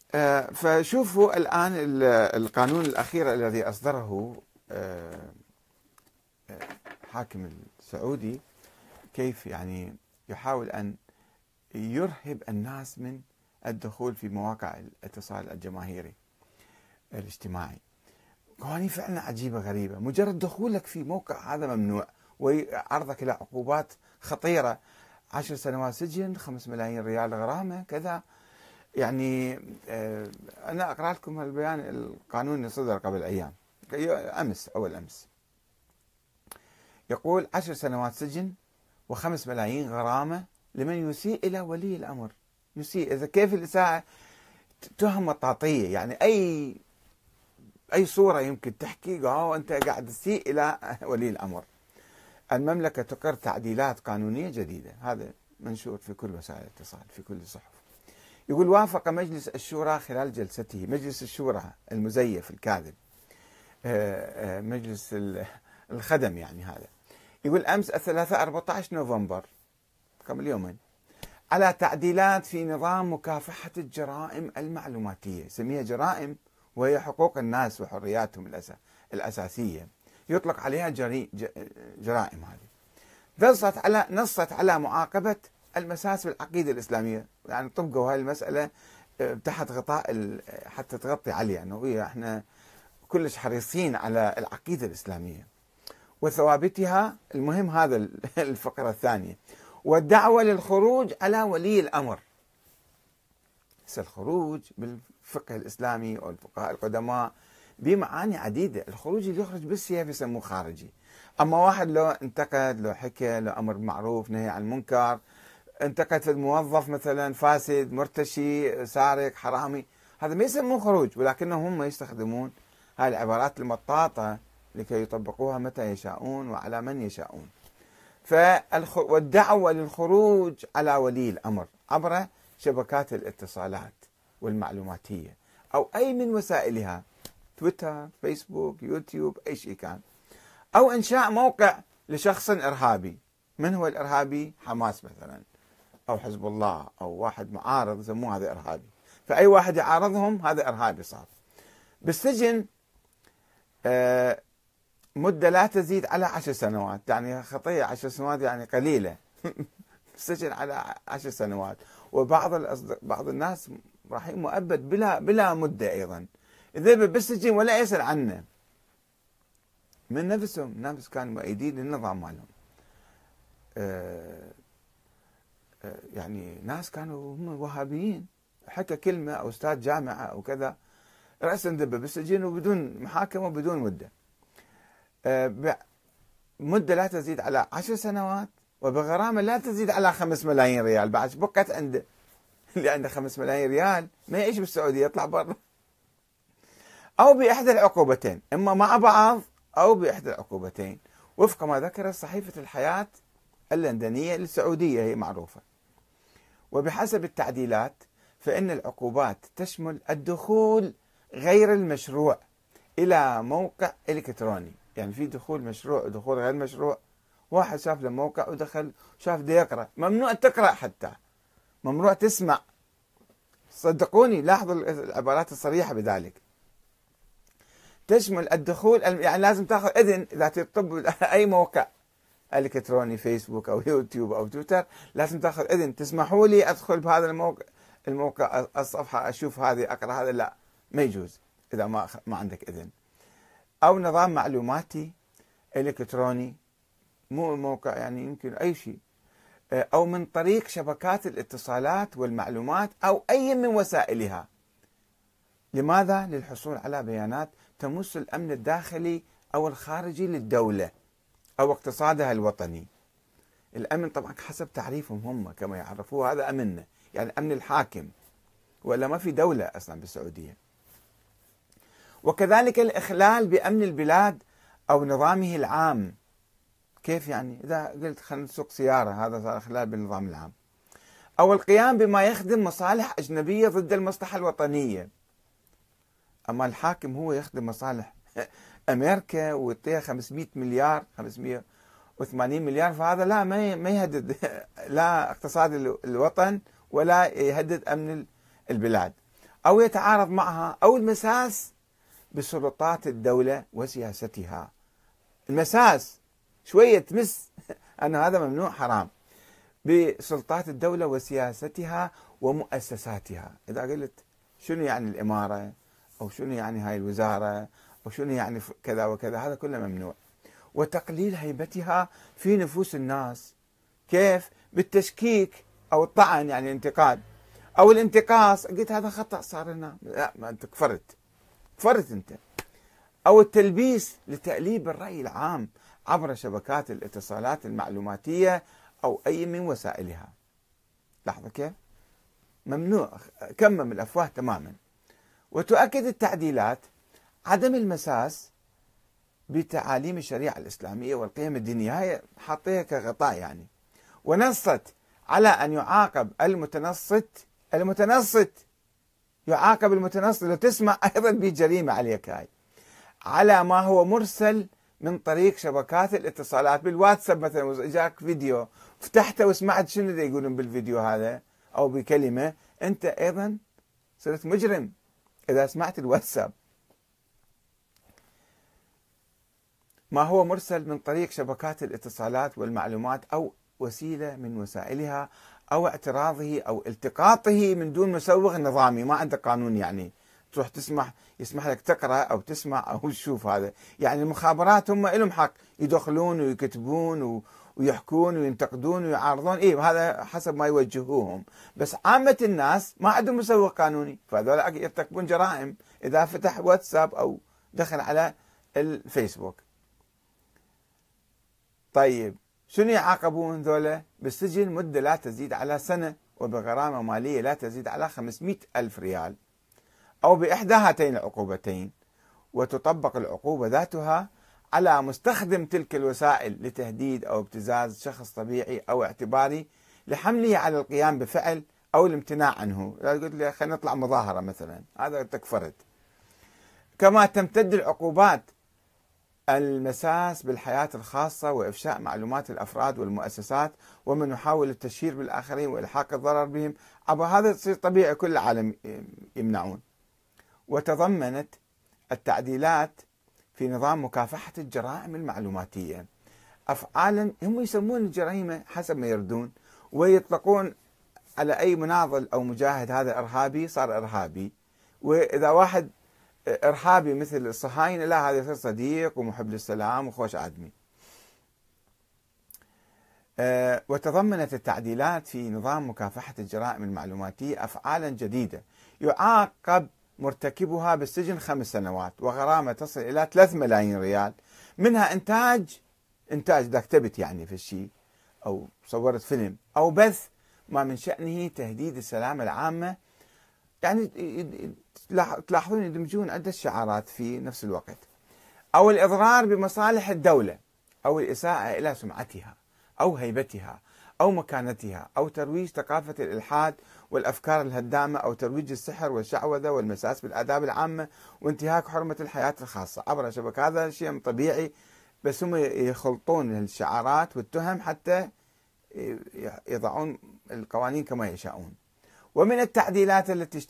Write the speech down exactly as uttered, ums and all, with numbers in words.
آه، فشوفوا الآن ال- القانون الأخير الذي أصدره آه، آه، حاكم السعودي، كيف يعني يحاول أن يرهب الناس من الدخول في مواقع الاتصال الجماهيري الاجتماعي. قوانين فعلا عجيبة غريبة، مجرد دخولك في موقع هذا ممنوع ويعرضك إلى عقوبات خطيرة، عشر سنوات سجن، خمس ملايين ريال غرامة، كذا. يعني آه، أنا أقرأ لكم البيان القانوني اللي صدر قبل أيام، أمس أول أمس. يقول عشر سنوات سجن وخمس ملايين غرامة لمن يسيء إلى ولي الأمر. يسيء، إذا كيف الإساءة؟ تهم مطاطية، يعني أي أي صورة يمكن تحكي أو أنت قاعد تسيء إلى ولي الأمر. المملكة تقر تعديلات قانونية جديدة، هذا منشور في كل وسائل الاتصال، في كل الصحف. يقول وافق مجلس الشورى خلال جلسته، مجلس الشورى المزيف الكاذب، مجلس الخدم يعني هذا. يقول أمس الثلاثاء أربعة عشر نوفمبر قبل يومين على تعديلات في نظام مكافحة الجرائم المعلوماتية، سميها جرائم وهي حقوق الناس وحرياتهم الأساسية، يطلق عليها جري جرائم. هذه نصت على نصت على معاقبة المساس بالعقيدة الإسلامية، يعني طبقوا هاي المسألة تحت غطاء حتى تغطي عليها أنه يعني احنا كلش حريصين على العقيدة الإسلامية وثوابتها. المهم هذا الفقرة الثانية، والدعوة للخروج على ولي الأمر. الخروج بالفقه الإسلامي أو الفقهاء القدماء بمعاني عديدة. الخروج اللي يخرج بالسيف يسموه خارجي، أما واحد لو انتقد، لو حكى، لو أمر بالمعروف، نهي عن المنكر، انتقد في الموظف مثلا فاسد، مرتشي، سارق، حرامي، هذا ما يسموه خروج، ولكنهم هم يستخدمون هاي العبارات المطاطة لكي يطبقوها متى يشاءون وعلى من يشاءون. والدعوة للخروج على ولي الأمر عبر شبكات الاتصالات والمعلوماتية أو أي من وسائلها، تويتر، فيسبوك، يوتيوب، أي شيء كان، أو إنشاء موقع لشخص إرهابي. من هو الإرهابي؟ حماس مثلا، أو حزب الله، أو واحد معارض يسموه هذا إرهابي، فأي واحد يعارضهم هذا إرهابي صار. بالسجن آه مدة لا تزيد على عشر سنوات، يعني خطية عشر سنوات يعني قليلة السجن على عشر سنوات. وبعض الأصدق... بعض الناس راح مؤبد بلا بلا مدة أيضا، إذا بالسجن ولا يسأل عنه من نفسهم، ناس كانوا مؤيدين للنظام مالهم. آه آه يعني ناس كانوا هم وهابيين، حكى كلمة أو أستاذ جامعة أو كذا رأسا دبه بالسجن وبدون محاكمة وبدون مدة. آه مدة لا تزيد على عشر سنوات، وبغرامة لا تزيد على خمس ملايين ريال. بعد بقت عنده، اللي عنده خمس ملايين ريال ما يعيش بالسعودية، يطلع برا. أو بإحدى العقوبتين، إما مع بعض أو بإحدى العقوبتين، وفق ما ذكرت صحيفة الحياة اللندنية السعودية، هي معروفة. وبحسب التعديلات فإن العقوبات تشمل الدخول غير المشروع إلى موقع إلكتروني، يعني في دخول مشروع ودخول غير مشروع. واحد شاف له موقع ودخل شاف ده يقرأ، ممنوع تقرأ، حتى ممنوع تسمع. صدقوني، لاحظوا العبارات الصريحة بذلك. تشمل الدخول، يعني لازم تاخذ إذن إذا تطب أي موقع الكتروني، فيسبوك أو يوتيوب أو تويتر، لازم تاخذ إذن. تسمحوا لي أدخل بهذا الموقع الموقع الصفحة أشوف هذه أقرأ هذا؟ لا، ما يجوز إذا ما ما عندك إذن. أو نظام معلوماتي إلكتروني، مو موقع يعني يمكن أي شيء، أو من طريق شبكات الاتصالات والمعلومات أو أي من وسائلها. لماذا؟ للحصول على بيانات تمس الأمن الداخلي أو الخارجي للدولة أو اقتصادها الوطني. الأمن طبعا حسب تعريفهم هم كما يعرفوه، هذا أمننا، يعني أمن الحاكم، ولا ما في دولة أصلا بالسعودية. وكذلك الإخلال بأمن البلاد أو نظامه العام. كيف يعني؟ إذا قلت خلينا نسوق سيارة، هذا صار إخلال بالنظام العام. أو القيام بما يخدم مصالح أجنبية ضد المصلحة الوطنية. أما الحاكم هو يخدم مصالح أمريكا ويعطيها خمسمئة مليار، خمسمئة وثمانين مليار، فهذا لا ما يهدد لا اقتصاد الوطن ولا يهدد أمن البلاد. أو يتعارض معها، أو المساس بسلطات الدولة وسياستها. المساس شوية تمس أن هذا ممنوع حرام بسلطات الدولة وسياستها ومؤسساتها. إذا قلت شنو يعني الإمارة، أو شنو يعني هاي الوزارة، أو شنو يعني كذا وكذا، هذا كله ممنوع. وتقليل هيبتها في نفوس الناس. كيف؟ بالتشكيك أو الطعن، يعني الانتقاد أو الانتقاص. قلت هذا خطأ صار هنا، لا ما أنت كفرت كفرت أنت. أو التلبيس لتأليب الرأي العام عبر شبكات الاتصالات المعلوماتية أو أي من وسائلها. لاحظوا كيف؟ ممنوع، كمم الأفواه تماما. وتؤكد التعديلات عدم المساس بتعاليم الشريعة الإسلامية والقيم الدينية، هاي حاطيها كغطاء يعني. ونصت على أن يعاقب المتنصت المتنصت يعاقب المتنصت، لو تسمع أيضا بجريمة عليك هاي، على ما هو مرسل من طريق شبكات الاتصالات. بالواتساب مثلا جاك فيديو، فتحته وسمعت شنو يقولون بالفيديو هذا أو بكلمة، أنت أيضا صرت مجرم إذا سمعت الواتساب. ما هو مرسل من طريق شبكات الاتصالات والمعلومات أو وسيلة من وسائلها، أو اعتراضه أو التقاطه من دون مسوغ نظامي. ما عندك قانون يعني تروح تسمح يسمح لك تقرأ أو تسمع أو تشوف هذا. يعني المخابرات هم لهم حق يدخلون ويكتبون ويحكون وينتقدون ويعارضون، إيه هذا حسب ما يوجهوهم. بس عامة الناس ما عندهم مسوغ قانوني، فهذول يرتكبون جرائم إذا فتح واتساب أو دخل على الفيسبوك. طيب شنو يعاقبون ذولا؟ بالسجن مدة لا تزيد على سنة، وبغرامة مالية لا تزيد على خمسمئة ألف ريال، أو بإحدى هاتين العقوبتين. وتطبق العقوبة ذاتها على مستخدم تلك الوسائل لتهديد أو ابتزاز شخص طبيعي أو اعتباري لحمله على القيام بفعل أو الامتناع عنه. لا قلت لي خلينا نطلع مظاهرة مثلا، هذا تكفرت. كما تمتد العقوبات المساس بالحياة الخاصة وإفشاء معلومات الأفراد والمؤسسات ومن يحاول التشهير بالآخرين وإلحاق الضرر بهم عبر هذا يصير طبيعي، كل العالم يمنعون. وتضمنت التعديلات في نظام مكافحة الجرائم المعلوماتية أفعالا هم يسمون الجريمة حسب ما يردون، ويطلقون على أي مناضل أو مجاهد هذا إرهابي صار إرهابي، وإذا واحد إرهابي مثل الصهاينة لا، هذا يصير صديق ومحب للسلام وخوش آدمي. أه وتضمنت التعديلات في نظام مكافحة الجرائم المعلوماتية أفعالا جديدة يعاقب مرتكبها بالسجن خمس سنوات وغرامة تصل إلى ثلاثة ملايين ريال، منها إنتاج إنتاج إذا كتبت يعني في الشيء أو صورت فيلم أو بث ما من شأنه تهديد السلامة العامة. يعني تلاحظون يدمجون عدة شعارات في نفس الوقت. أو الإضرار بمصالح الدولة، أو الإساءة إلى سمعتها أو هيبتها أو مكانتها، أو ترويج ثقافة الإلحاد والأفكار الهدامة، أو ترويج السحر والشعوذة والمساس بالآداب العامة وانتهاك حرمة الحياة الخاصة عبر شبكة. هذا شيء طبيعي، بس هم يخلطون الشعارات والتهم حتى يضعون القوانين كما يشاءون. ومن التعديلات التي